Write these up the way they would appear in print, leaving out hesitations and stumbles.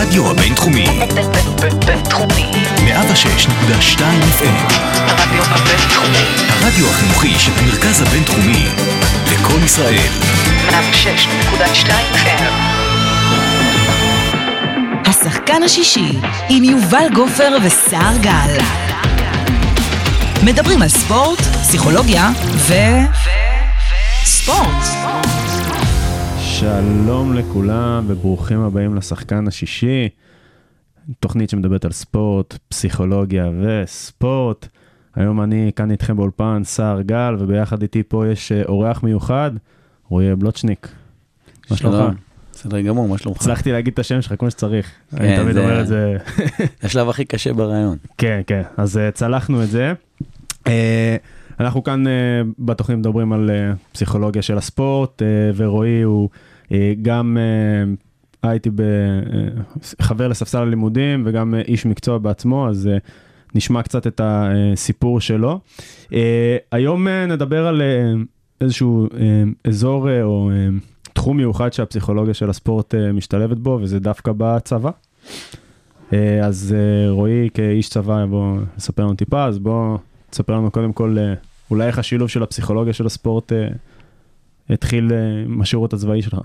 הרדיו הבינתחומי. בינתחומי. 106.2 FM. הרדיו הבינתחומי. הרדיו החינוכי של המרכז הבינתחומי. לכל ישראל. 106.2 FM. השחקן השישי עם יובל גופר וסער גל. מדברים על ספורט, פסיכולוגיה ספורט. שלום לכולם וברוכים הבאים לשחקן השישי, תוכנית שמדברת על ספורט, פסיכולוגיה וספורט. היום אני כאן איתכם באולפן, סער גל, וביחד איתי פה יש אורח מיוחד, רועי בלוצ'ניק. מה שלומך? בסדר גמור, מה שלומך? הצלחתי להגיד את השם שלך כמו שצריך. אני תמיד אומר את זה. השלב הכי קשה ברעיון. כן, כן. אז צלחנו את זה. אנחנו כאן בתוכנית מדברים על פסיכולוגיה של הספורט, ורועי הוא גם הייתי חבר לספסל הלימודים וגם איש מקצוע בעצמו, אז נשמע קצת את הסיפור שלו. היום נדבר על איזשהו אזור או תחום מיוחד שהפסיכולוגיה של הספורט משתלבת בו, וזה דווקא בצבא. אז רועי כאיש צבא בוא נספר לנו טיפה, אז בוא תספר לנו קודם כל אולי איך השילוב של הפסיכולוגיה של הספורט התחיל עם השירות הצבאי שלך.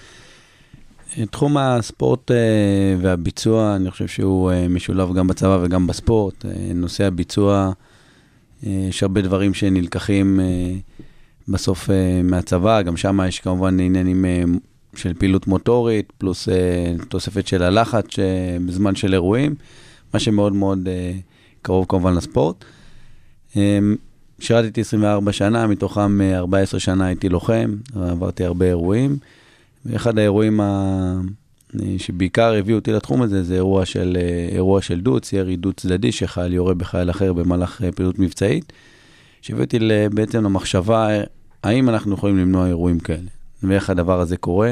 תחום הספורט והביצוע, אני חושב שהוא משולב גם בצבא וגם בספורט. נושא הביצוע, יש הרבה דברים שנלקחים בסוף מהצבא, גם שם יש כמובן עניינים של פעילות מוטורית, פלוס תוספת של הלחץ בזמן של אירועים, מה שמאוד מאוד קרוב כמובן לספורט. שירתתי 24 שנה, מתוכם 14 שנה הייתי לוחם, עברתי הרבה אירועים, ואחד האירועים שבעיקר הביאו אותי לתחום הזה, זה אירוע של דוץ, ירי דוץ צדדי, שחייל יורה בחייל אחר במהלך פעילות מבצעית, שהביא אותי בעצם למחשבה, האם אנחנו יכולים למנוע אירועים כאלה, ואיך הדבר הזה קורה.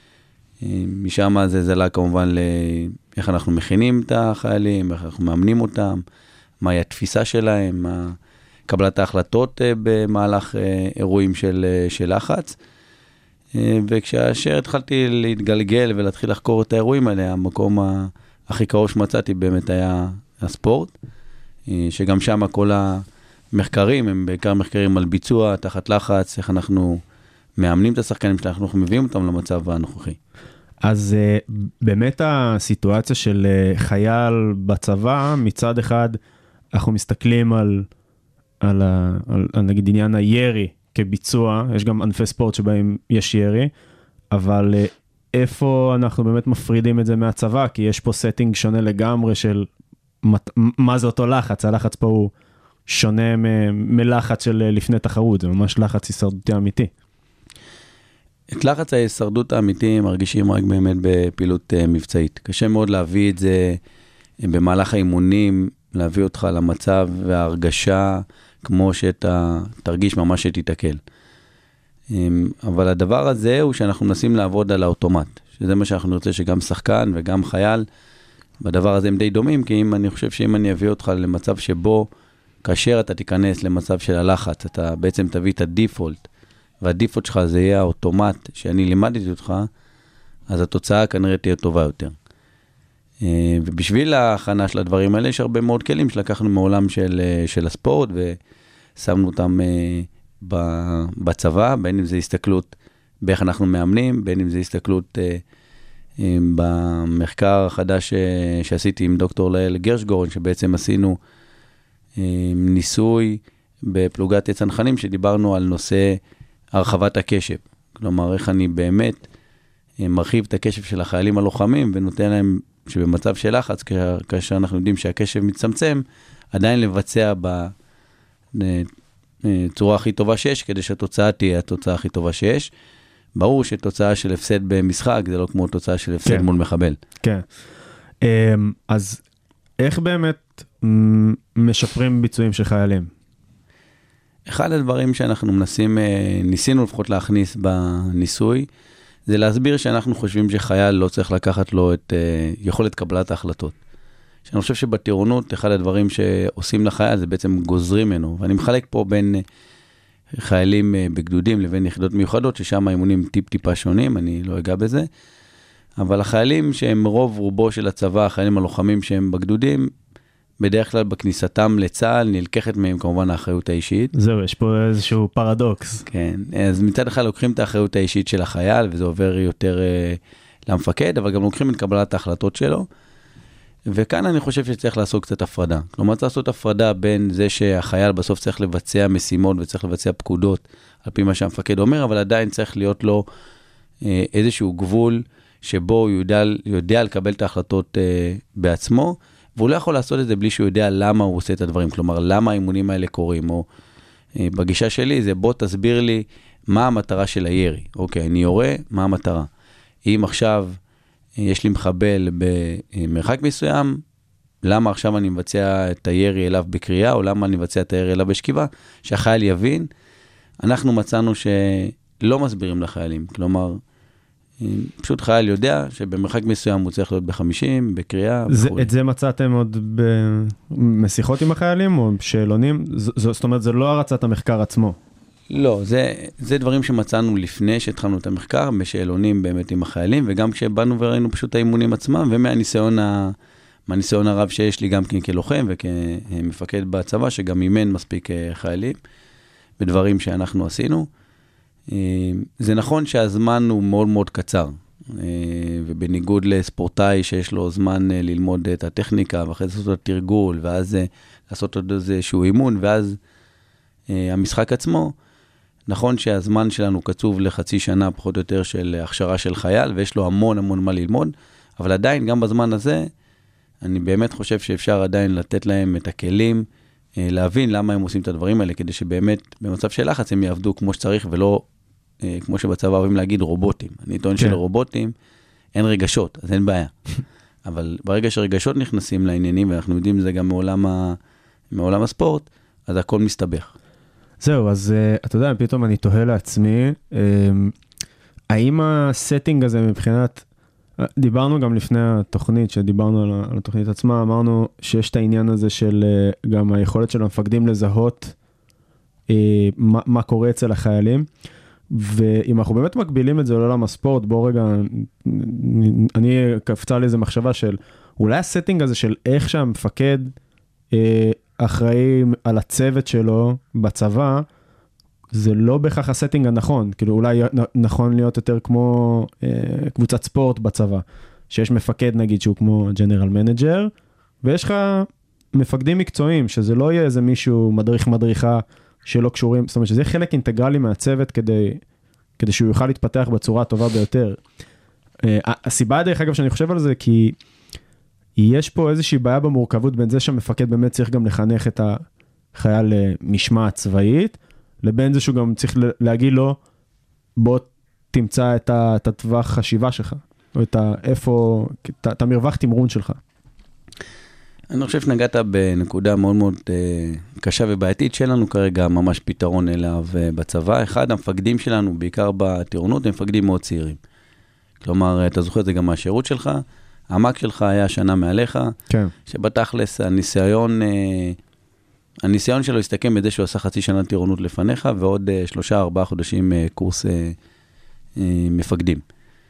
משם זה זלה כמובן לאיך אנחנו מכינים את החיילים, איך אנחנו מאמנים אותם, מהי התפיסה שלהם, קבלת ההחלטות במהלך אירועים של לחץ. וכשאשר התחלתי להתגלגל ולהתחיל לחקור את האירועים האלה, המקום הכי קרוב שמצאתי באמת היה הספורט, שגם שם כל המחקרים הם בעיקר מחקרים על ביצוע, תחת לחץ, איך אנחנו מאמנים את השחקנים שלנו, אנחנו מביאים אותם למצב הנוכחי. אז באמת הסיטואציה של חייל בצבא, מצד אחד אנחנו מסתכלים על נגיד עניין הירי כביצוע, יש גם ענפי ספורט שבהם יש ירי, אבל איפה אנחנו באמת מפרידים את זה מהצבא, כי יש פה סטינג שונה לגמרי של מה זה אותו לחץ, הלחץ פה הוא שונה מלחץ של לפני תחרות, זה ממש לחץ הישרדותי אמיתי. את לחץ ההישרדות האמיתי מרגישים רק באמת בפעילות מבצעית. קשה מאוד להביא את זה במהלך האימונים, להביא אותך למצב וההרגשה כמו שאתה תרגיש ממש שתתקל. אבל הדבר הזה הוא שאנחנו מנסים לעבוד על האוטומט, שזה מה שאנחנו נרצה שגם שחקן וגם חייל, בדבר הזה הם די דומים, כי אני חושב שאם אני אביא אותך למצב שבו, כאשר אתה תיכנס למצב של הלחץ, אתה בעצם תביא את הדיפולט, והדיפולט שלך זה יהיה האוטומט שאני לימדתי אותך, אז התוצאה כנראה תהיה טובה יותר. ובשביל ההכנה של הדברים האלה, יש הרבה מאוד כלים שלקחנו מעולם של הספורט, ושמנו אותם בצבא, בין אם זה הסתכלות באיך אנחנו מאמנים, בין אם זה הסתכלות במחקר החדש שעשיתי עם דוקטור לאל גרשגורן, שבעצם עשינו ניסוי בפלוגת הצנחנים, שדיברנו על נושא הרחבת הקשב. כלומר, איך אני באמת מרחיב את הקשב של החיילים הלוחמים, ונותן להם שבמצב של לחץ, כאשר אנחנו יודעים שהקשב מצמצם, עדיין לבצע בצורה הכי טובה שיש, כדי שהתוצאה תהיה התוצאה הכי טובה שיש. ברור שתוצאה של הפסד במשחק, זה לא כמו תוצאה של הפסד מול מחבל. כן. אז איך באמת משפרים ביצועים של חיילים? אחד הדברים שאנחנו ניסינו לפחות להכניס בניסוי, זה להסביר שאנחנו חושבים שחייל לא צריך לקחת לו את יכולת קבלת ההחלטות. שאני חושב שבטירונות, אחד הדברים שעושים לחייל, זה בעצם גוזרים ממנו. ואני מחלק פה בין חיילים בגדודים לבין יחידות מיוחדות, ששם האימונים טיפה שונים, אני לא אגע בזה. אבל החיילים שהם רובו של הצבא, החיילים הלוחמים שהם בגדודים, בדרך כלל בכניסתם לצה"ל נלקחת מהם כמובן האחריות האישית. זהו, יש פה איזשהו פרדוקס. כן, אז מצד אחד לוקחים את האחריות האישית של החייל, וזה עובר יותר למפקד, אבל גם לוקחים את קבלת ההחלטות שלו, וכאן אני חושב שצריך לעשות קצת הפרדה. כלומר, צריך לעשות הפרדה בין זה שהחייל בסוף צריך לבצע משימות, וצריך לבצע פקודות, על פי מה שהמפקד אומר, אבל עדיין צריך להיות לו איזשהו גבול, שבו הוא יודע לקבל את ההחלטות בעצמו, והוא לא יכול לעשות את זה בלי שהוא יודע למה הוא עושה את הדברים, כלומר, למה האימונים האלה קורים, או בגישה שלי זה בוא תסביר לי מה המטרה של הירי. אוקיי, אני יורה, מה המטרה? אם עכשיו יש לי מחבל במרחק מסוים, למה עכשיו אני מבצע את הירי אליו בקריאה, או למה אני מבצע את הירי אליו בשכיבה, שהחייל יבין. אנחנו מצאנו שלא מסבירים לחיילים, כלומר, פשוט חייל יודע שבמרחק מסוים הוא צריך להיות ב-50, בקריאה. את זה מצאתם עוד בשיחות עם החיילים או בשאלונים? זאת אומרת, זה לא הרצת המחקר עצמו. לא, זה דברים שמצאנו לפני שהתחלנו את המחקר, בשאלונים באמת עם החיילים, וגם כשבאנו וראינו פשוט האימונים עצמם, ומהניסיון הרב שיש לי גם כלוחם וכמפקד בצבא, שגם אימן מספיק חיילים, בדברים שאנחנו עשינו. זה נכון שהזמן הוא מאוד מאוד קצר, ובניגוד לספורטאי שיש לו זמן ללמוד את הטכניקה, ואחרי זה לעשות את התרגול, ואז לעשות עוד איזשהו אימון, ואז המשחק עצמו, נכון שהזמן שלנו קצוב לחצי שנה פחות או יותר של הכשרה של חייל, ויש לו המון המון מה ללמוד, אבל עדיין גם בזמן הזה, אני באמת חושב שאפשר עדיין לתת להם את הכלים, להבין למה הם עושים את הדברים האלה, כדי שבאמת במצב של לחץ הם יעבדו כמו שצריך, ולא כמו שבצבא אוהבים להגיד רובוטים. אני טוען שלרובוטים אין רגשות, אז אין בעיה. אבל ברגע שרגשות נכנסים לעניינים, ואנחנו יודעים זה גם מעולם הספורט, אז הכל מסתבך. זהו, אז אתה יודע, פתאום אני תוהה לעצמי, האם הסטינג הזה מבחינת, דיברנו גם לפני התוכנית, שדיברנו על התוכנית עצמה, אמרנו שיש את העניין הזה של גם היכולת של המפקדים לזהות מה קורה אצל החיילים, ואם אנחנו באמת מקבילים את זה לעולם הספורט, בוא רגע, אני קפצה לי איזו מחשבה של, אולי הסטינג הזה של איך שהמפקד אחראי על הצוות שלו בצבא, זה לא בהכרח הסטינג הנכון, כאילו אולי נכון להיות יותר כמו קבוצת ספורט בצבא, שיש מפקד נגיד שהוא כמו ג'נרל מנג'ר, ויש לך מפקדים מקצועיים, שזה לא יהיה איזה מישהו מדריכה שלא קשורים, זאת אומרת שזה יהיה חלק אינטגרלי מהצוות כדי שהוא יוכל להתפתח בצורה הטובה ביותר. הסיבה דרך אגב שאני חושב על זה, כי יש פה איזושהי בעיה במורכבות בין זה שהמפקד באמת צריך גם לחנך את החייל למשמעת צבאית, לבין זה שהוא גם צריך להגיד לו, בוא תמצא את הטווח חשיבה שלך, או את המרווח תמרון שלך. אני חושב שנגעת בנקודה מאוד מאוד קשה ובעייתית, שלנו כרגע ממש פתרון אליו בצבא. אחד, המפקדים שלנו, בעיקר בטירונות, הם מפקדים מאוד צעירים. כלומר, אתה זוכר את זה גם מהשירות שלך, העמק שלך היה שנה מעליך, כן. שבתכלס הניסיון שלו הסתכם בזה שהוא עשה חצי שנה טירונות לפניך, ועוד 3-4 חודשים קורס מפקדים.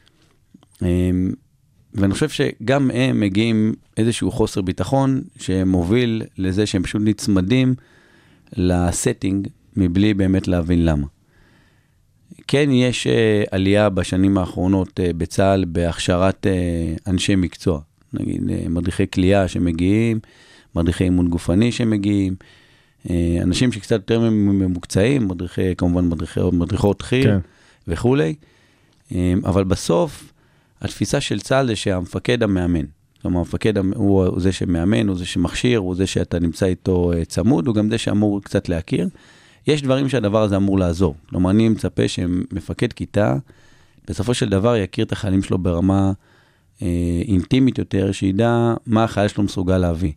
ואני חושב שגם הם מגיעים איזשהו חוסר ביטחון, שמוביל לזה שהם פשוט נצמדים לסטינג, מבלי באמת להבין למה. כן, יש עלייה בשנים האחרונות בצה"ל, בהכשרת אנשי מקצוע. נגיד, מדריכי כלייה שמגיעים, מדריכי אימון גופני שמגיעים, אנשים שקצת יותר ממוקצעים, כמובן מדריכות חיר כן. וכו'. אבל בסוף, התפיסה של צה"ל זה שהמפקד המאמן. כלומר, המפקד הוא זה שמאמן, הוא זה שמכשיר, הוא זה שאתה נמצא איתו צמוד, הוא גם זה שאמור קצת להכיר. יש דברים שהדבר הזה אמור לעזור. כלומר, אני מצפה שמפקד כיתה, בסופו של דבר יכיר את החיילים שלו ברמה אינטימית יותר, שידע מה החייל שלו מסוגל להביא.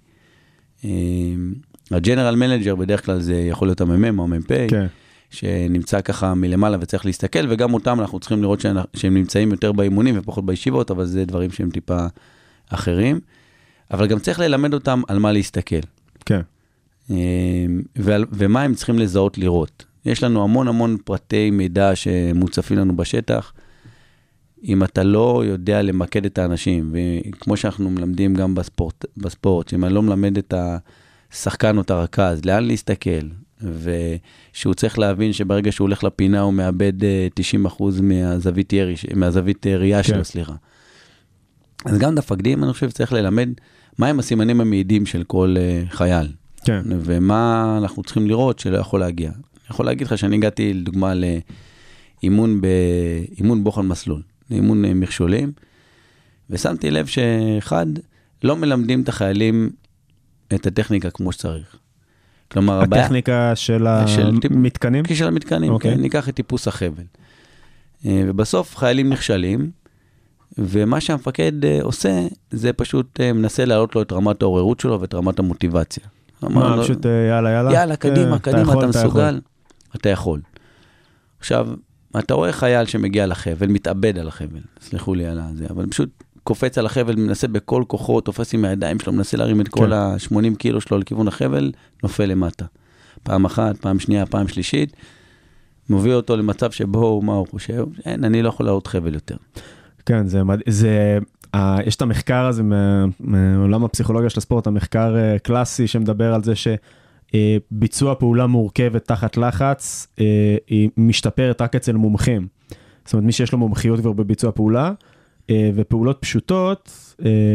הג'נרל מנג'ר בדרך כלל זה יכול להיות המ"מ או המ"פ, כן. שנמצא ככה מלמעלה וצריך להסתכל, וגם אותם אנחנו צריכים לראות שהם נמצאים יותר באימונים ופחות בישיבות, אבל זה דברים שהם טיפה אחרים. אבל גם צריך ללמד אותם על מה להסתכל. כן. ומה הם צריכים לזהות לראות. יש לנו המון המון פרטי מידע שמוצפים לנו בשטח. אם אתה לא יודע למקד את האנשים, וכמו שאנחנו מלמדים גם בספורט, שאם אני לא מלמד את השחקן או את הרכז, לאן להסתכל, ושהוא צריך להבין שברגע שהוא הולך לפינה, הוא מאבד 90% מהזווית ראייה שלו, סליחה. אז גם המפקדים, אני חושב, צריך ללמד מהם הסימנים המעידים של כל חייל. כן. ומה אנחנו צריכים לראות שלא יכול להגיע. אני יכול להגיד לך שאני הגעתי לדוגמה לאימון בוחן מסלול, לאימון מכשולים, ושמתי לב שאחד, לא מלמדים את החיילים את הטכניקה כמו שצריך. כלומר, הטכניקה של המתקנים? של המתקנים, כן. ניקח את טיפוס החבל. ובסוף חיילים נכשלים, ומה שהמפקד עושה, זה פשוט מנסה להעלות לו את רמת העוררות שלו ואת רמת המוטיבציה. מה, פשוט יאללה? יאללה, קדימה, אתה מסוגל, אתה יכול. עכשיו, אתה רואה חייל שמגיע לחבל, מתאבד על החבל, סליחו לי על זה, אבל פשוט קופץ על החבל, מנסה בכל כוחו, תופס עם הידיים שלו, מנסה להרים את כל ה-80 קילו שלו לכיוון החבל, נופל למטה. פעם אחת, פעם שנייה, פעם שלישית, מוביל אותו למצב שבו, מה הוא חושב? אין, אני לא יכול לעלות חבל יותר. כן, יש את המחקר הזה מעולם הפסיכולוגיה של הספורט, המחקר קלאסי שמדבר על זה שביצוע פעולה מורכבת תחת לחץ, היא משתפרת רק אצל מומחים. זאת אומרת, מי שיש לו מומחיות כבר בביצוע פעולה, ופעולות פשוטות,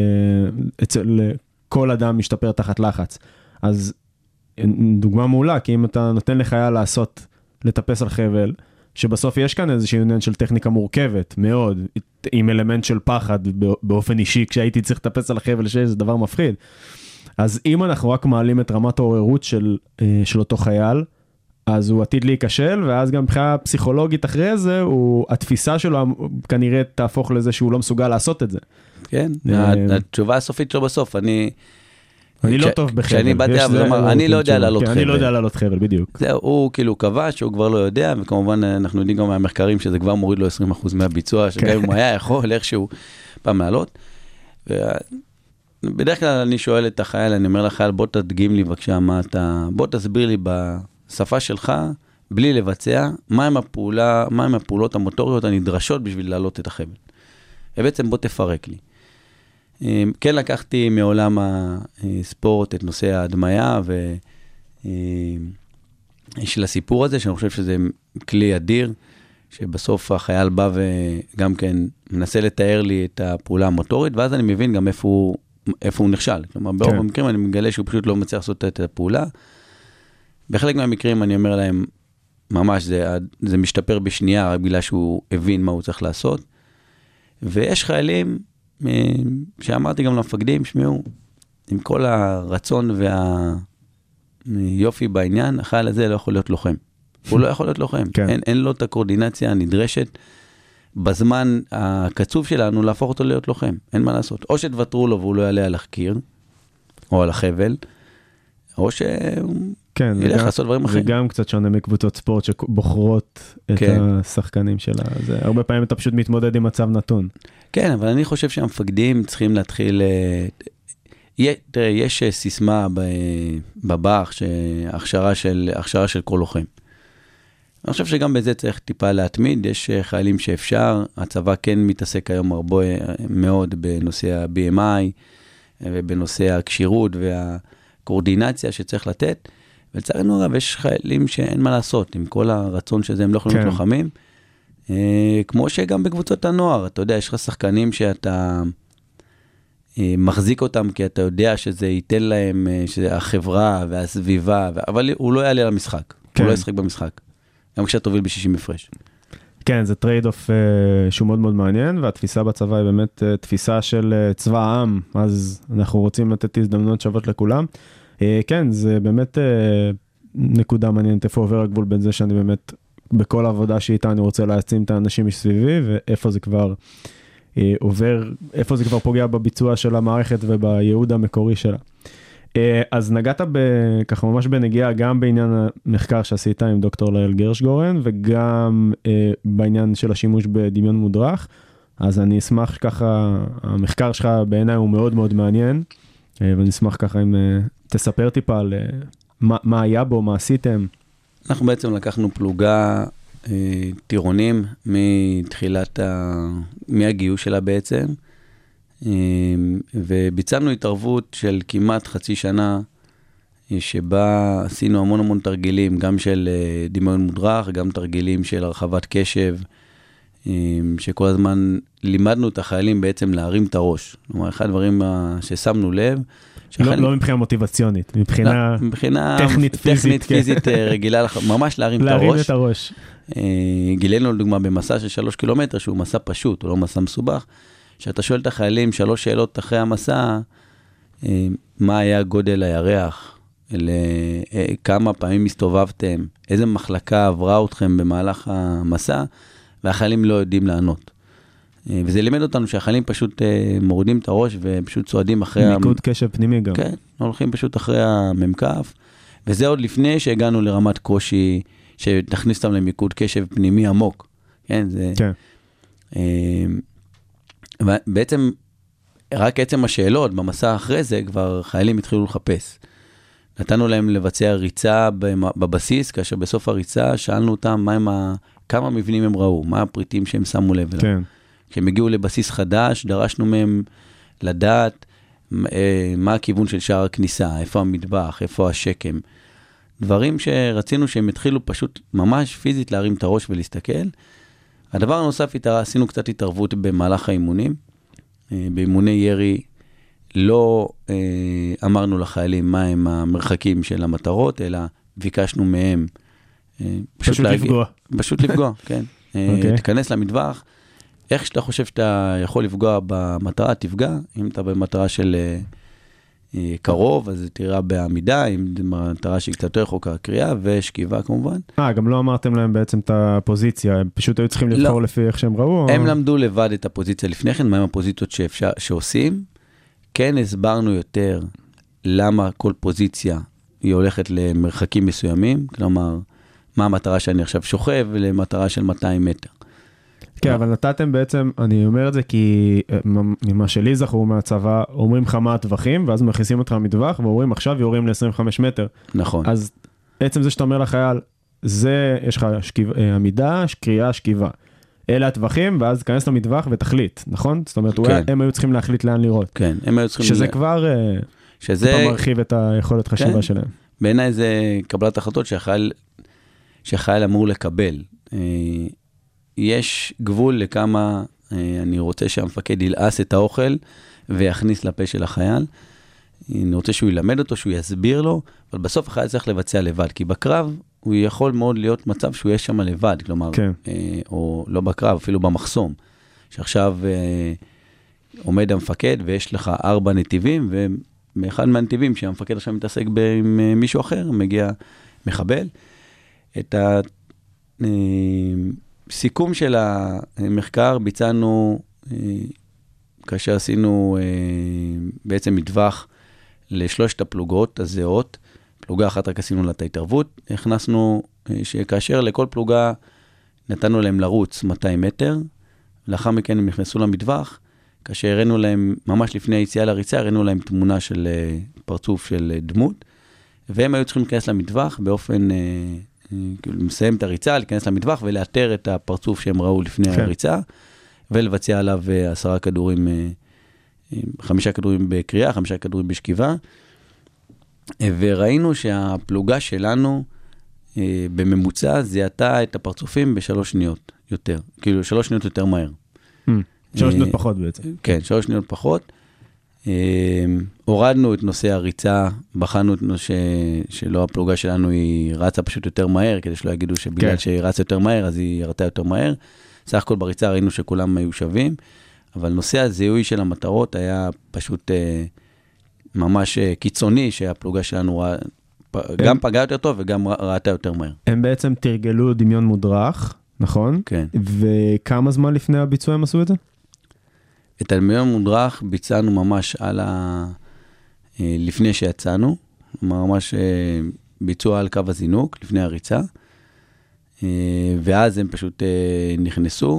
אצל כל אדם משתפר תחת לחץ. אז דוגמה מעולה, כי אם אתה נותן לחייל לטפס על חבל, שבסוף יש כאן איזושהי עניין של טכניקה מורכבת, מאוד, עם אלמנט של פחד באופן אישי, כשהייתי צריך לטפס על החבל, שזה דבר מפחיד. אז אם אנחנו רק מעלים את רמת העוררות של אותו חייל, אז הוא עתיד להיכשל, ואז גם מבחינה פסיכולוגית אחרי זה, התפיסה שלו כנראה תהפוך לזה שהוא לא מסוגל לעשות את זה. כן, התשובה הסופית שלו בסוף, אני לא טוב בחבל. כשאני באתי אבל אמר, אני לא יודע לעלות חבל. אני לא יודע לעלות חבל, בדיוק. זהו, הוא כאילו קבע שהוא כבר לא יודע, וכמובן אנחנו יודעים גם מהמחקרים שזה כבר מוריד לו 20% מהביצוע, שגם אם הוא היה יכול איכשהו פעם לעלות. בדרך כלל אני שואל את החייל, אני אומר לחייל, בוא תדגים לי בבקשה בוא תסביר לי בשפה שלך, בלי לבצע, מהם הפעולות המוטוריות הנדרשות בשביל לעלות את החבל. ובעצם בוא תפרק לי. כן לקחתי מעולם הספורט את נושא ההדמיה של הסיפור הזה, שאני חושב שזה כלי אדיר, שבסוף החייל בא וגם כן מנסה לתאר לי את הפעולה המוטורית, ואז אני מבין גם איפה הוא נכשל. כלומר, ברוב המקרים אני מגלה שהוא פשוט לא מצליח לעשות את הפעולה. בחלק מהמקרים אני אומר להם, ממש זה משתפר בשנייה, רק בגלל שהוא הבין מה הוא צריך לעשות. ויש חיילים, שאמרתי גם למפקדים, שמעו, עם כל הרצון והיופי בעניין, החייל הזה לא יכול להיות לוחם. הוא לא יכול להיות לוחם. אין לו את הקורדינציה הנדרשת בזמן הקצוב שלנו להפוך אותו להיות לוחם. אין מה לעשות. או שתוותרו לו והוא לא יעלה על הקיר, או על החבל, או שהוא ילך לעשות דברים אחרים. זה גם קצת שונה מקבוצות ספורט שבוחרות את השחקנים שלה. הרבה פעמים אתה פשוט מתמודד עם מצב נתון. כן, אבל אני חושב שהמפקדים צריכים להתחיל, תראה, יש סיסמה בבח, הכשרה של כל לוחם. אני חושב שגם בזה צריך טיפה להתמיד, יש חיילים שאפשר, הצבא כן מתעסק היום הרבה מאוד בנושא ה-BMI, ובנושא הקשירות והקורדינציה שצריך לתת, ולצערנו הרב, יש חיילים שאין מה לעשות, עם כל הרצון שזה הם לא יכולים להיות לוחמים, כמו שגם בקבוצות הנוער, אתה יודע, יש לך שחקנים שאתה מחזיק אותם, כי אתה יודע שזה ייתן להם, שזה החברה והסביבה, אבל הוא לא יעלה למשחק, הוא לא ישחק במשחק, גם כשאתה תוביל ב-60 הפרש. כן, זה טרייד אוף שהוא מאוד מאוד מעניין, והתפיסה בצבא היא באמת תפיסה של צבא העם, אז אנחנו רוצים לתת הזדמנויות שוות לכולם. כן, זה באמת נקודה מעניינת, איפה עובר הגבול בין זה שאני באמת, בכל העבודה שאיתה אני רוצה להעצים את האנשים מסביבי, ואיפה זה כבר עובר, איפה זה כבר פוגע בביצוע של המערכת ובייעוד המקורי שלה. אז נגעת ככה ממש בנגיעה גם בעניין המחקר שעשית עם דוקטור ליאל גרשגורן, וגם בעניין של השימוש בדמיון מודרך. אז אני אשמח ככה, המחקר שלך בעיניי הוא מאוד מאוד מעניין, ואני אשמח ככה אם תספר טיפה על מה היה בו, מה עשיתם. אנחנו בעצם לקחנו פלוגה טירונים מהגיוס שלה בעצם, וביצענו התערבות של כמעט חצי שנה, שבה עשינו המון תרגילים, גם של דמיון מודרך, גם תרגילים של הרחבת קשב, שכל הזמן לימדנו את החיילים בעצם להרים את הראש. כלומר, אחד הדברים ששמנו לב, לא מבחינה מוטיבציונית, מבחינה טכנית פיזית רגילה, ממש להרים את הראש. גילינו לדוגמה במסע של 3 קילומטר, שהוא מסע פשוט, הוא לא מסע מסובך, שאתה שואל את החיילים 3 שאלות אחרי המסע, מה היה גודל הירח, כמה פעמים הסתובבתם, איזה מחלקה עברה אתכם במהלך המסע, והחיילים לא יודעים לענות. וזה לימד אותנו שהחיילים פשוט מורידים את הראש ופשוט צועדים אחרי... מיקוד קשב פנימי גם. כן, הולכים פשוט אחרי הממקף, וזה עוד לפני שהגענו לרמת קושי, שתכניס אותם למיקוד קשב פנימי עמוק. כן, זה... כן. בעצם, רק עצם השאלות, במסע אחרי זה, כבר חיילים התחילו לחפש. נתנו להם לבצע ריצה בבסיס, כאשר בסוף הריצה שאלנו אותם כמה מבנים הם ראו, מה הפריטים שהם שמו לב אליו. כן. כשהם הגיעו לבסיס חדש, דרשנו מהם לדעת מה הכיוון של שער הכניסה, איפה המטבח, איפה השקם. דברים שרצינו שהם התחילו פשוט ממש פיזית להרים את הראש ולהסתכל. הדבר הנוסף, עשינו קצת התערבות במהלך האימונים. באימוני ירי לא אמרנו לחיילים מה הם המרחקים של המטרות, אלא ביקשנו מהם פשוט לפגוע. פשוט לפגוע, כן. תיכנס למטבח, איך שאתה חושב שאתה יכול לפגוע במטרה, תפגע. אם אתה במטרה של קרוב, אז תראה בעמידה, אם זו מטרה שהיא קצת יותר רחוקה, קריאה ושכיבה כמובן. גם לא אמרתם להם בעצם את הפוזיציה, הם פשוט היו צריכים לבחור לפי איך שהם ראו? הם למדו לבד את הפוזיציה לפני כן, מה הם הפוזיציות שעושים. כן הסברנו יותר למה כל פוזיציה היא הולכת למרחקים מסוימים, כלומר, מה המטרה שאני עכשיו שוכב למטרה של 200 מטר. כן, אבל נתתם בעצם, אני אומר את זה כי ממה שלי זכרו מהצבא, אומרים לך מה הטווחים, ואז מכניסים אותך למטווח, ואומרים עכשיו יורים ל-25 מטר. נכון. אז עצם זה שאתה אומר לחייל, זה, יש לך עמידה, קריאה, שכיבה. אלה הטווחים, ואז כנס למטווח ותחליט, נכון? זאת אומרת, הם היו צריכים להחליט לאן לראות. כן, הם היו צריכים... שזה כבר מרחיב את היכולת חשיבה שלהם. בעיניי זה קבלת החלטות שהחייל אמור לקבל. יש גבול לכמה אני רוצה שהמפקד ילעס את האוכל ויכניס לפה של החייל. אני רוצה שהוא ילמד אותו, שהוא יסביר לו, אבל בסוף החייל צריך לבצע לבד, כי בקרב הוא יכול מאוד להיות מצב שהוא יהיה שם לבד, כלומר, כן. או לא בקרב, אפילו במחסום, שעכשיו עומד המפקד ויש לך 4 נתיבים, ומאחד מהנתיבים שהמפקד עכשיו מתעסק עם מישהו אחר, מגיע מחבל. את הסיכום של המחקר ביצענו, כאשר עשינו בעצם מטווח לשלושת הפלוגות הזהות, פלוגה אחת רק עשינו לה את ההתערבות, הכנסנו שכאשר לכל פלוגה נתנו להם לרוץ 200 מטר, לאחר מכן הם נכנסו למטווח, כאשר הראינו להם, ממש לפני היציאה לריצה, הראינו להם תמונה של פרצוף של דמות, והם היו צריכים להיכנס למטווח באופן, מסיים את הריצה, להיכנס למטווח ולאתר את הפרצוף שהם ראו לפני הריצה, ולבצע עליו 10 כדורים, 5 כדורים בקריאה, 5 כדורים בשכיבה, וראינו שהפלוגה שלנו בממוצע זיהתה את הפרצופים ב3 שניות יותר, כאילו 3 שניות יותר מהר. 3 שניות פחות בעצם. כן, 3 שניות פחות. הורדנו את נושא הריצה, בחנו את נושא שלא הפלוגה שלנו היא רצה פשוט יותר מהר, כדי שלא יגידו שבגלל שהיא רצה יותר מהר, אז היא ירתה יותר מהר. סך הכל בריצה ראינו שכולם היו שווים, אבל נושא הזיהוי של המטרות היה פשוט ממש קיצוני, שהפלוגה שלנו גם פגעה יותר טוב וגם ראתה יותר מהר. הם בעצם תרגלו דמיון מודרך, נכון? כן. וכמה זמן לפני הביצוע הם עשו את זה? את הדמיון מודרך ביצענו ממש לפני שיצאנו, ממש ביצוע על קו הזינוק, לפני הריצה, ואז הם פשוט נכנסו.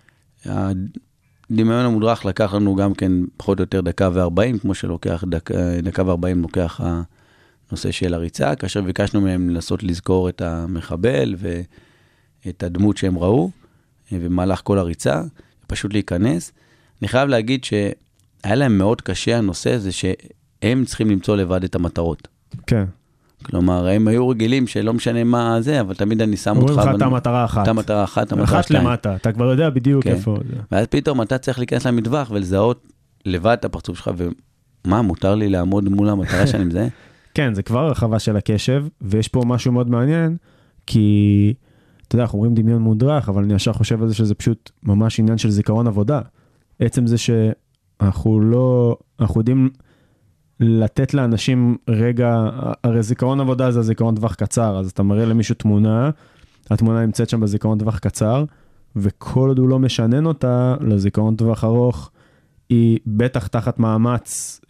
הדמיון המודרך לקח לנו גם כן פחות או יותר 1:40, כמו שלוקח 1:40 לוקח הנושא של הריצה, כאשר ביקשנו מהם לנסות לזכור את המחבל את הדמות שהם ראו, במהלך כל הריצה, פשוט להיכנס. אני חייב להגיד שהיה להם מאוד קשה הנושא הזה, שהם צריכים למצוא לבד את המטרות. כן. כלומר, הם היו רגילים שלא משנה מה זה, אבל תמיד אני שם אותך... אומרים לך את המטרה אחת. את המטרה אחת, המטרה אחת שתיים. למטה, אתה כבר יודע בדיוק איפה. ואז פתאום אתה צריך להיכנס למטווח ולזהות לבד את הפרצוף שלך, ומה, מותר לי לעמוד מול המטרה שאני מזהה? כן, זה כבר הרחבה של הקשב, ויש פה משהו מאוד מעניין, כי, אתה יודע, אנחנו אומרים דמיון מודרך, אבל אני ישר חושב על זה שזה פשוט ממש עניין של זיכרון עבודה. עצם זה שאנחנו לא, אנחנו יודעים לתת לאנשים רגע, הרי זיכרון עבודה זה זיכרון טווח קצר, אז אתה מראה למישהו תמונה, התמונה נמצאת שם בזיכרון טווח קצר, וכל עוד הוא לא משנן אותה לזיכרון טווח ארוך, היא בטח תחת מאמץ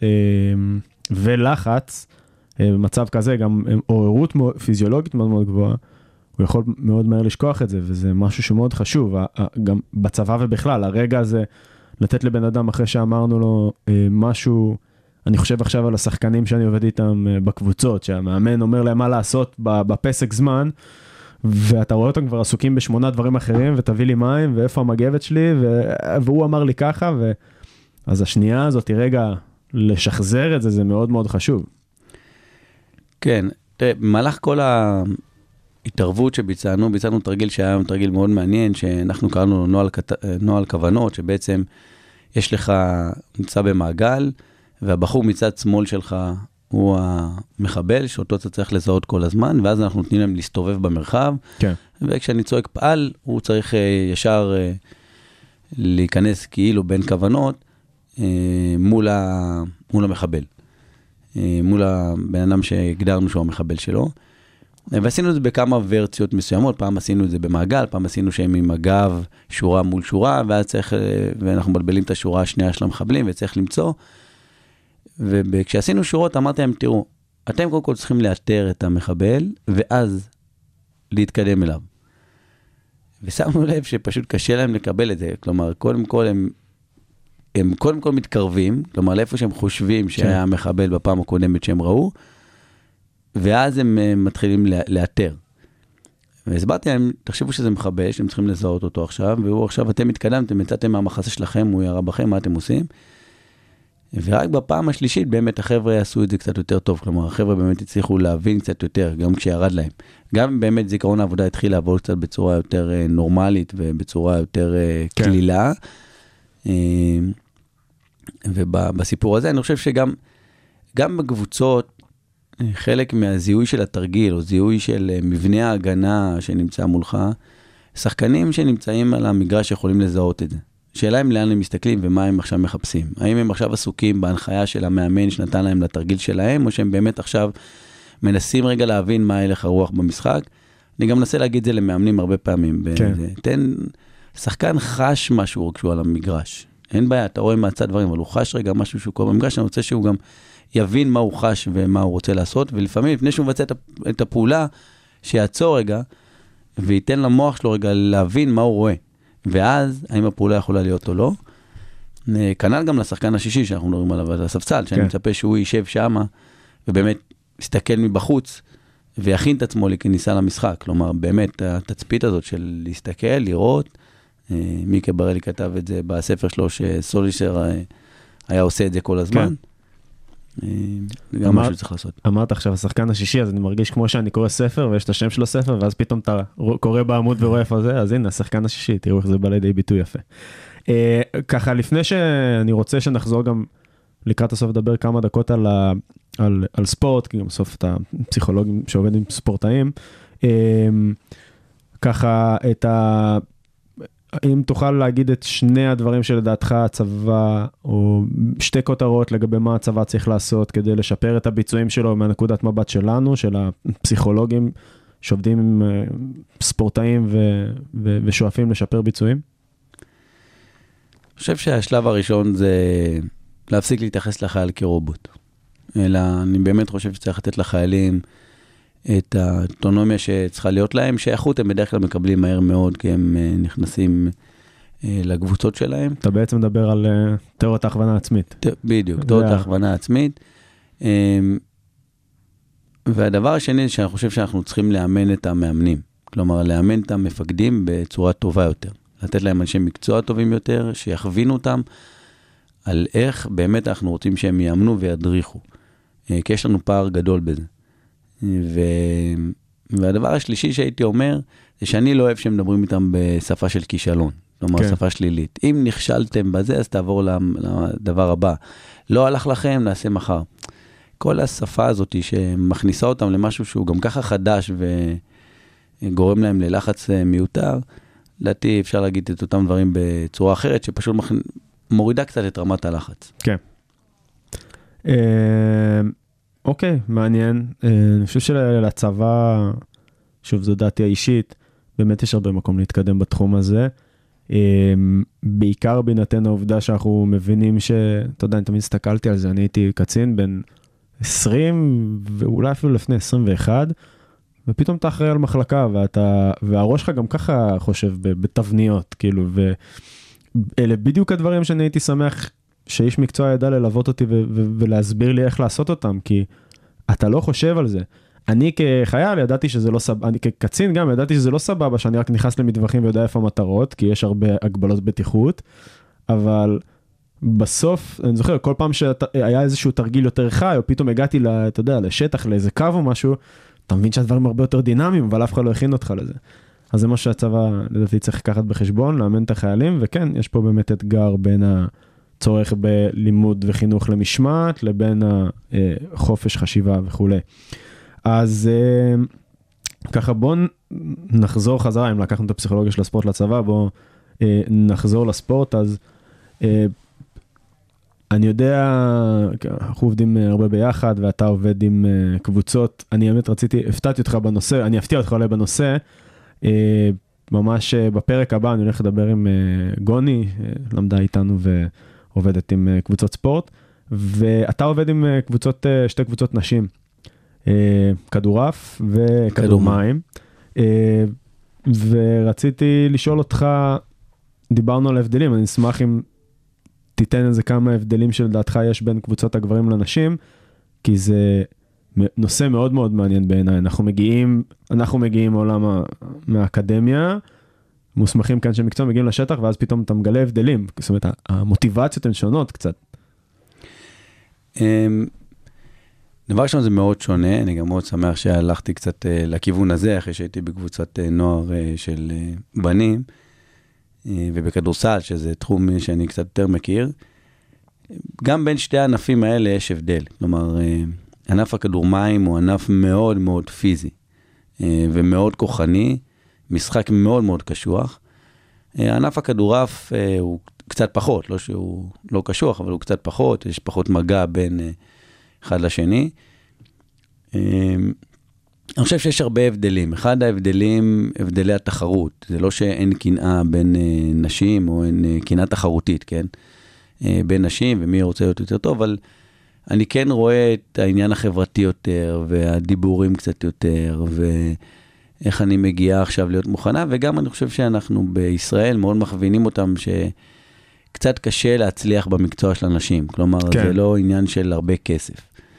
ולחץ, במצב כזה, גם עוררות פיזיולוגית מאוד מאוד גבוהה, הוא יכול מאוד מהר לשכוח את זה, וזה משהו שמאוד חשוב, גם בצבא ובכלל, הרגע הזה, לתת לבן אדם אחרי שאמרנו לו משהו, אני חושב עכשיו על השחקנים שאני עובד איתם בקבוצות, שהמאמן אומר להם מה לעשות בפסק זמן, ואתה רואה אותם כבר עסוקים ב8 דברים אחרים, ותביא לי מים, ואיפה המגבת שלי, והוא אמר לי ככה, אז השנייה הזאת היא רגע לשחזר את זה, זה מאוד מאוד חשוב. כן, תראה, במהלך כל ההתערבות שביצענו, ביצענו תרגיל שהיה תרגיל מאוד מעניין, שאנחנו קראנו לו נועל כוונות, שבעצם יש לך, נמצא במעגל, והבחור מצד שמאל שלך הוא המחבל, שאותו אתה צריך לזהות כל הזמן, ואז אנחנו נותנים להם להסתובב במרחב, כן. וכשאני צועק פעל, הוא צריך ישר להיכנס כאילו בין כוונות, מול המחבל. מול הבן אדם שהגדרנו שהוא המחבל שלו. ועשינו את זה בכמה ורציות מסוימות, פעם עשינו את זה במעגל, פעם עשינו שהם עם הגב שורה מול שורה, ואנחנו מבלבלים את השורה השנייה של המחבלים, וצריך למצוא. וכשעשינו שורות, אמרתי להם, תראו, אתם קודם כל צריכים לאתר את המחבל, ואז להתקדם אליו. ושמנו לב שפשוט קשה להם לקבל את זה, כלומר, קודם כל הם קודם כל מתקרבים, כלומר, לאיפה שהם חושבים שהיה המחבל בפעם הקודמת שהם ראו, ואז הם מתחילים לאתר. והסברתי להם, תחשבו שזה מחבל, שהם צריכים לזהות אותו עכשיו, והוא עכשיו, אתם מתקדמתם, יצאתם מהמחסה שלכם, הוא ירה בכם, מה אתם עושים? ורק בפעם השלישית, באמת החבר'ה עשו את זה קצת יותר טוב, כלומר, החבר'ה באמת הצליחו להבין קצת יותר, גם כשירד להם. גם באמת זיכרון העבודה התחיל לעבוד קצת בצורה יותר נורמלית, ובצורה יותר כלילה. ובסיפור הזה, אני חושב שגם בקבוצות, חלק מהזיהוי של התרגיל, או זיהוי של מבנה ההגנה שנמצא מולך, שחקנים שנמצאים על המגרש יכולים לזהות את זה. שאלה הם לאן הם מסתכלים ומה הם עכשיו מחפשים. האם הם עכשיו עסוקים בהנחיה של המאמן שנתן להם לתרגיל שלהם, או שהם באמת עכשיו מנסים רגע להבין מה הלך הרוח במשחק. אני גם מנסה להגיד את זה למאמנים הרבה פעמים. כן. שחקן חש משהו כשהוא על המגרש. אין בעיה, אתה רואה מהצד דברים, אבל הוא חש רגע משהו שהוא קורה במגרש, אני רוצה שהוא גם יבין מה הוא חש ומה הוא רוצה לעשות, ולפעמים לפני שהוא מבצע את הפעולה, שיעצור רגע, וייתן למוח שלו רגע להבין מה הוא רואה. ואז, האם הפעולה יכולה להיות או לא. כנ"ל גם לשחקן השישי, שאנחנו מדברים עליו, על הספסל, שאני מצפה שהוא יישב שם, ובאמת יסתכל מבחוץ, ויכין את עצמו לכניסה למשחק. כלומר, באמת, התצפית הזאת של להסתכל, לראות, מיקה ברלי כתב את זה בספר שלו, שסולישר היה עושה את זה כל הזמן. זה גם משהו שצריך לעשות. אמרת עכשיו, השחקן השישי, אז אני מרגיש כמו שאני קורא ספר, ויש את השם של הספר, ואז פתאום אתה קורא בעמוד ורואה איפה זה, אז הנה, השחקן השישי, תראו איך זה בא לידי ביטוי יפה. ככה, לפני שאני רוצה שנחזור גם לקראת הסוף לדבר כמה דקות על ספורט, כי גם בסוף אתה פסיכולוגים שעובד עם ספורטאים, ככה אם תוכל להגיד את שני הדברים שלדעתך הצבא, או שתי כותרות לגבי מה הצבא צריך לעשות כדי לשפר את הביצועים שלו מהנקודת מבט שלנו, של הפסיכולוגים שעובדים עם ספורטאים ושואפים לשפר ביצועים? אני חושב שהשלב הראשון זה להפסיק להתייחס לחייל כרובוט. אלא אני באמת חושב שצריך לתת לחיילים את האוטונומיה שצריכה להיות להם, שייכות הם בדרך כלל מקבלים מהר מאוד, כי הם נכנסים לקבוצות שלהם. אתה בעצם מדבר על תיאוריית ההכוונה העצמית. בדיוק, תיאוריית ההכוונה העצמית. והדבר השני, שאני חושב שאנחנו צריכים לאמן את המאמנים. כלומר, לאמן את המפקדים בצורה טובה יותר. לתת להם אנשי מקצוע טובים יותר, שיכווינו אותם על איך באמת אנחנו רוצים שהם יאמנו וידריכו. כי יש לנו פער גדול בזה. והדבר השלישי שהייתי אומר, זה שאני לא אוהב שהם מדברים איתם בשפה של כישלון. כלומר, שפה שלילית. אם נכשלתם בזה, אז תעבור לדבר הבא. לא הלך לכם, נעשה מחר. כל השפה הזאת שמכניסה אותם למשהו שהוא גם ככה חדש וגורם להם ללחץ מיותר, לדעתי אפשר להגיד את אותם דברים בצורה אחרת, שפשוט מורידה קצת את רמת הלחץ. כן. אוקיי, מעניין. אני חושב שלצבא, שוב, זו דעתי האישית, באמת יש הרבה מקום להתקדם בתחום הזה. בעיקר בהינתן העובדה שאנחנו מבינים אתה יודע, אני תמיד הסתכלתי על זה, אני הייתי קצין בין 20 ואולי אפילו לפני 21, ופתאום אתה אחראי על מחלקה, והראש שלך גם ככה חושב בתבניות, כאילו, ואלה בדיוק הדברים שאני הייתי שמח שאיש מקצוע ידע ללוות אותי ולהסביר לי איך לעשות אותם, כי אתה לא חושב על זה. אני כחייל ידעתי שזה לא סבבה, אני כקצין גם ידעתי שזה לא סבבה, שאני רק נכנס למטווחים ויודע איפה המטרות, כי יש הרבה הגבלות בטיחות, אבל בסוף, אני זוכר, כל פעם שהיה איזשהו תרגיל יותר חי, או פתאום הגעתי, אתה יודע, לשטח, לאיזה קו או משהו, אתה מבין שהדברים הרבה יותר דינמיים, אבל אף אחד לא הכין אותך לזה. אז זה מה שהצבא, לדעתי, צריך לקחת בחשבון, לאמן את החיילים, וכן, יש פה באמת אתגר בין הצורך בלימוד וחינוך למשמעת, לבין החופש חשיבה וכו'. אז ככה בואו נחזור חזרה, אם לקחנו את הפסיכולוגיה של הספורט לצבא, בואו נחזור לספורט, אז אני יודע, אנחנו עובדים הרבה ביחד, ואתה עובד עם קבוצות, אני באמת הפתעתי אותך בנושא, אני אפתיע אותך עליי בנושא, ממש בפרק הבא אני הולך לדבר עם גוני, למדה איתנו ועובדת עם קבוצות ספורט, ואתה עובד עם שתי קבוצות נשים, כדורף וכדור מים, ורציתי לשאול אותך, דיברנו על ההבדלים, אני אשמח אם תיתן איזה כמה הבדלים שלדעתך יש בין קבוצות הגברים לנשים, כי זה נושא מאוד מאוד מעניין בעיניי. אנחנו מגיעים מעולם מהאקדמיה, מוסמכים כאן של מקצוע, מגיעים לשטח, ואז פתאום אתה מגלה הבדלים. זאת אומרת, המוטיבציות הן שונות קצת. דבר ראשון זה מאוד שונה, אני גם מאוד שמח שהלכתי קצת לכיוון הזה, אחרי שהייתי בקבוצת נוער של בנים, ובכדורסל, שזה תחום שאני קצת יותר מכיר. גם בין שתי הענפים האלה יש הבדל. כלומר, ענף הכדור מים הוא ענף מאוד מאוד פיזי, ומאוד כוחני, משחק מאוד מאוד קשוח. ענף הכדורף הוא קצת פחות, לא שהוא לא קשוח, אבל הוא קצת פחות, יש פחות מגע בין אחד לשני. אני חושב שיש הרבה הבדלים. אחד ההבדלים, הבדלי התחרות. זה לא שאין קנאה בין נשים, או אין קנאה תחרותית, כן? בין נשים, ומי רוצה להיות יותר טוב, אבל אני כן רואה את העניין החברתי יותר, והדיבורים קצת יותר, ואיך אני מגיעה עכשיו להיות מוכנה, וגם אני חושב שאנחנו בישראל מאוד מכווינים אותם שקצת קשה להצליח במקצוע של אנשים. כלומר, כן. זה לא עניין של הרבה כסף.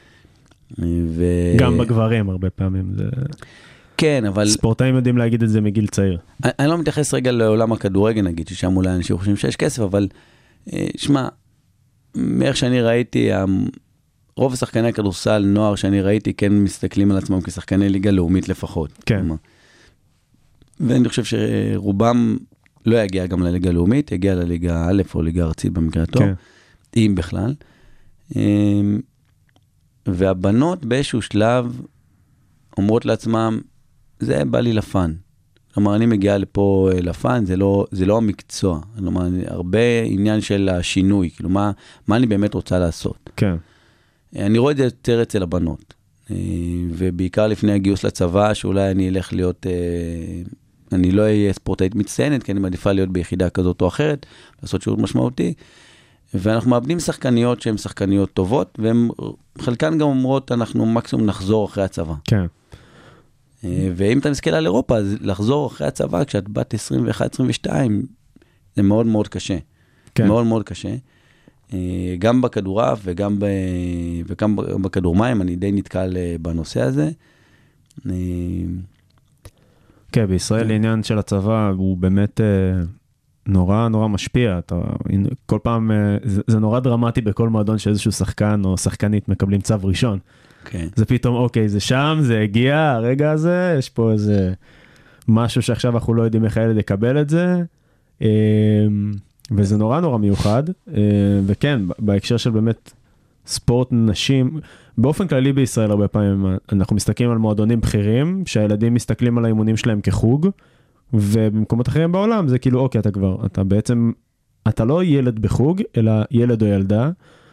גם בגברים הרבה פעמים זה... כן, אבל... ספורטאים יודעים להגיד את זה מגיל צעיר. אני לא מתייחס רגע לעולם הכדורגל, נגיד, ששם אולי אנשים חושבים שיש כסף, אבל שמע, מאיך שאני ראיתי, רוב השחקני הכדורסל נוער שאני ראיתי, כן מסתכלים על עצמם כשחקני ליגה לאומית לפחות. כן. ואני חושב שרובם לא יגיע גם לליגה לאומית, יגיע לליגה א' או ליגה ארצית במקרה הטוב, אם בכלל. והבנות באיזשהו שלב אומרות לעצמם, זה בא לי לפן. כלומר, אני מגיעה לפה לפן, זה לא המקצוע. כלומר, הרבה עניין של השינוי. כאילו, מה אני באמת רוצה לעשות? כן. אני רואה את זה יותר אצל הבנות. ובעיקר לפני הגיוס לצבא, שאולי אני אלך להיות, אני לא אהיה ספורטאית מצטיינת, כי אני מעדיפה להיות ביחידה כזאת או אחרת, לעשות שירות משמעותי. ואנחנו מאבדים שחקניות שהן שחקניות טובות, והן חלקן גם אומרות, אנחנו מקסימום נחזור אחרי הצבא. כן. ואם אתה מסתכל על אירופה, אז לחזור אחרי הצבא, כשאת בת 21-22, זה מאוד מאוד קשה. כן. מאוד מאוד קשה. גם בכדורף וגם בכדור מים, אני די נתקל בנושא הזה. כן, בישראל העניין של הצבא הוא באמת נורא נורא משפיע. כל פעם, זה נורא דרמטי בכל מועדון שאיזשהו שחקן או שחקנית מקבלים צו ראשון. כן. זה פתאום, אוקיי, זה שם, זה הגיע, הרגע הזה, יש פה איזה משהו שעכשיו אנחנו לא יודעים איך הילד יקבל את זה, וזה נורא נורא מיוחד, וכן, בהקשר של באמת ספורט נשים, באופן כללי בישראל הרבה פעמים אנחנו מסתכלים על מועדונים בכירים, שהילדים מסתכלים על האימונים שלהם כחוג, ובמקומות אחרים בעולם זה כאילו, אוקיי, אתה בעצם, אתה לא ילד בחוג, אלא ילד או ילדה,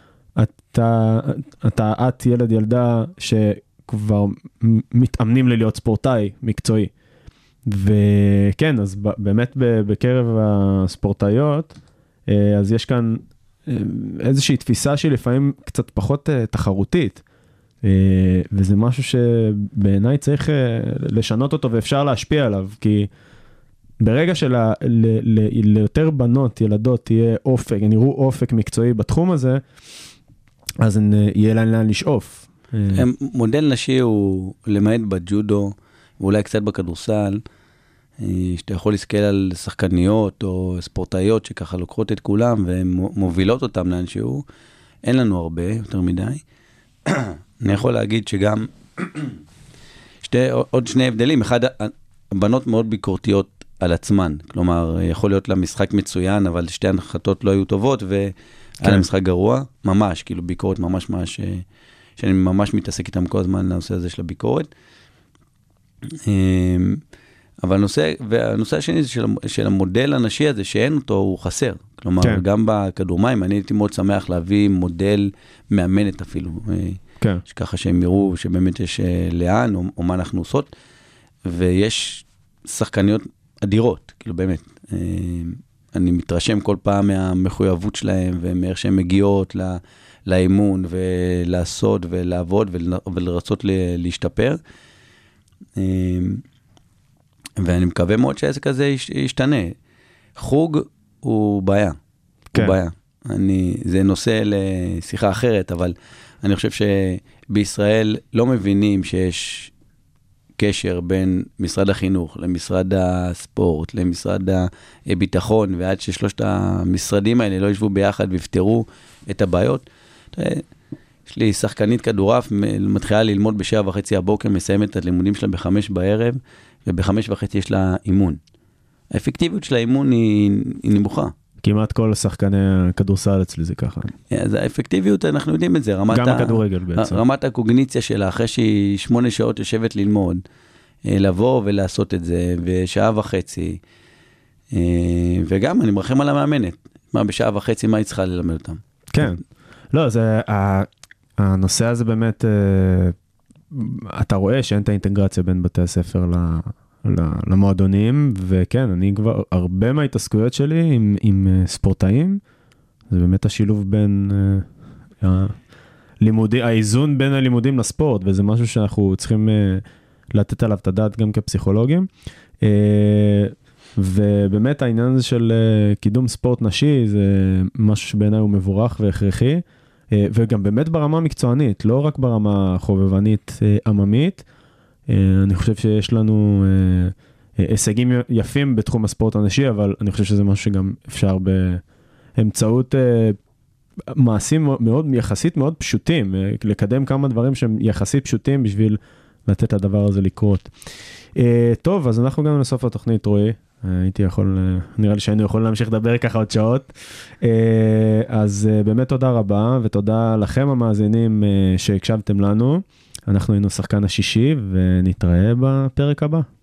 את ילד ילדה שכבר מתאמנים להיות ספורטאי מקצועי. וכן, אז באמת בקרב הספורטאיות, אז יש כאן איזושהי תפיסה שהיא לפעמים קצת פחות תחרותית, וזה משהו שבעיניי צריך לשנות אותו ואפשר להשפיע עליו, כי ברגע ליותר בנות, ילדות, תהיה אופק, נראו אופק מקצועי בתחום הזה, אז יהיה להם לאן לשאוף. מודל נשי הוא למעט בג'ודו, ואולי קצת בכדורסל, שאתה יכול להסתכל על שחקניות או ספורטאיות שככה לוקחות את כולם ומובילות אותם לאן שהוא. אין לנו הרבה, יותר מדי. אני יכול להגיד שגם עוד שני הבדלים. אחד, הבנות מאוד ביקורתיות על עצמן. כלומר, יכול להיות לה משחק מצוין, אבל שתי הנחתות לא היו טובות, והיה לה משחק גרוע. ממש, כאילו ביקורת ממש, שאני ממש מתעסק איתם כל הזמן לנושא הזה של הביקורת. אבל הנושא השני זה של המודל הנשי הזה, שאין אותו, הוא חסר. כלומר, גם בכדורמים, אני הייתי מאוד שמח להביא מודל מאמנת אפילו. ככה שהם יראו שבאמת יש לאן, או מה אנחנו עושות. ויש שחקניות אדירות, כאילו באמת. אני מתרשם כל פעם מהמחויבות שלהם, ומאיך שהן מגיעות לאימון, ולעשות ולעבוד, ולרצות להשתפר. ואני מקווה מאוד שהעסק הזה ישתנה. חוג הוא בעיה. הוא בעיה. זה נושא לשיחה אחרת, אבל אני חושב שבישראל לא מבינים שיש קשר בין משרד החינוך למשרד הספורט, למשרד הביטחון, ועד ששלושת המשרדים האלה לא ישבו ביחד ויפתרו את הבעיות. יש לי שחקנית כדורעף, מתחילה ללמוד ב7:30 הבוקר, מסיימת את הלימודים שלה ב5 בערב, וב5:30 יש לה אימון. האפקטיביות של האימון היא נמוכה. כמעט כל שחקני הכדורסל אצלי זה ככה. אז האפקטיביות, אנחנו יודעים את זה. גם הכדורגל בעצם. רמת הקוגניציה שלה, אחרי שהיא 8 שעות יושבת ללמוד, לבוא ולעשות את זה, ב1:30, וגם אני מרחם על המאמנת. ב1:30 מה היא צריכה ללמד אותם? כן. לא, זה, הנושא הזה באמת, אתה רואה שאין את האינטגרציה בין בתי הספר למועדונים, וכן, אני כבר, הרבה מההתעסקויות שלי עם ספורטאים, זה באמת השילוב בין האיזון בין הלימודים לספורט, וזה משהו שאנחנו צריכים לתת עליו את הדעת גם כפסיכולוגים, ובאמת העניין הזה של קידום ספורט נשי, זה משהו שבעיניי הוא מבורך והכרחי, וגם באמת ברמה המקצוענית, לא רק ברמה חובבנית עממית. אני חושב שיש לנו הישגים יפים בתחום הספורט הנשי, אבל אני חושב שזה משהו שגם אפשר באמצעות מעשים מאוד, יחסית מאוד פשוטים, לקדם כמה דברים שהם יחסית פשוטים בשביל לתת לדבר הזה לקרות. טוב, אז אנחנו גם לסוף התוכנית, רועי. הייתי יכול, נראה לי שהיינו יכולים להמשיך לדבר ככה עוד שעות. אז באמת תודה רבה, ותודה לכם המאזינים שהקשבתם לנו. אנחנו היינו שחקן השישי, ונתראה בפרק הבא.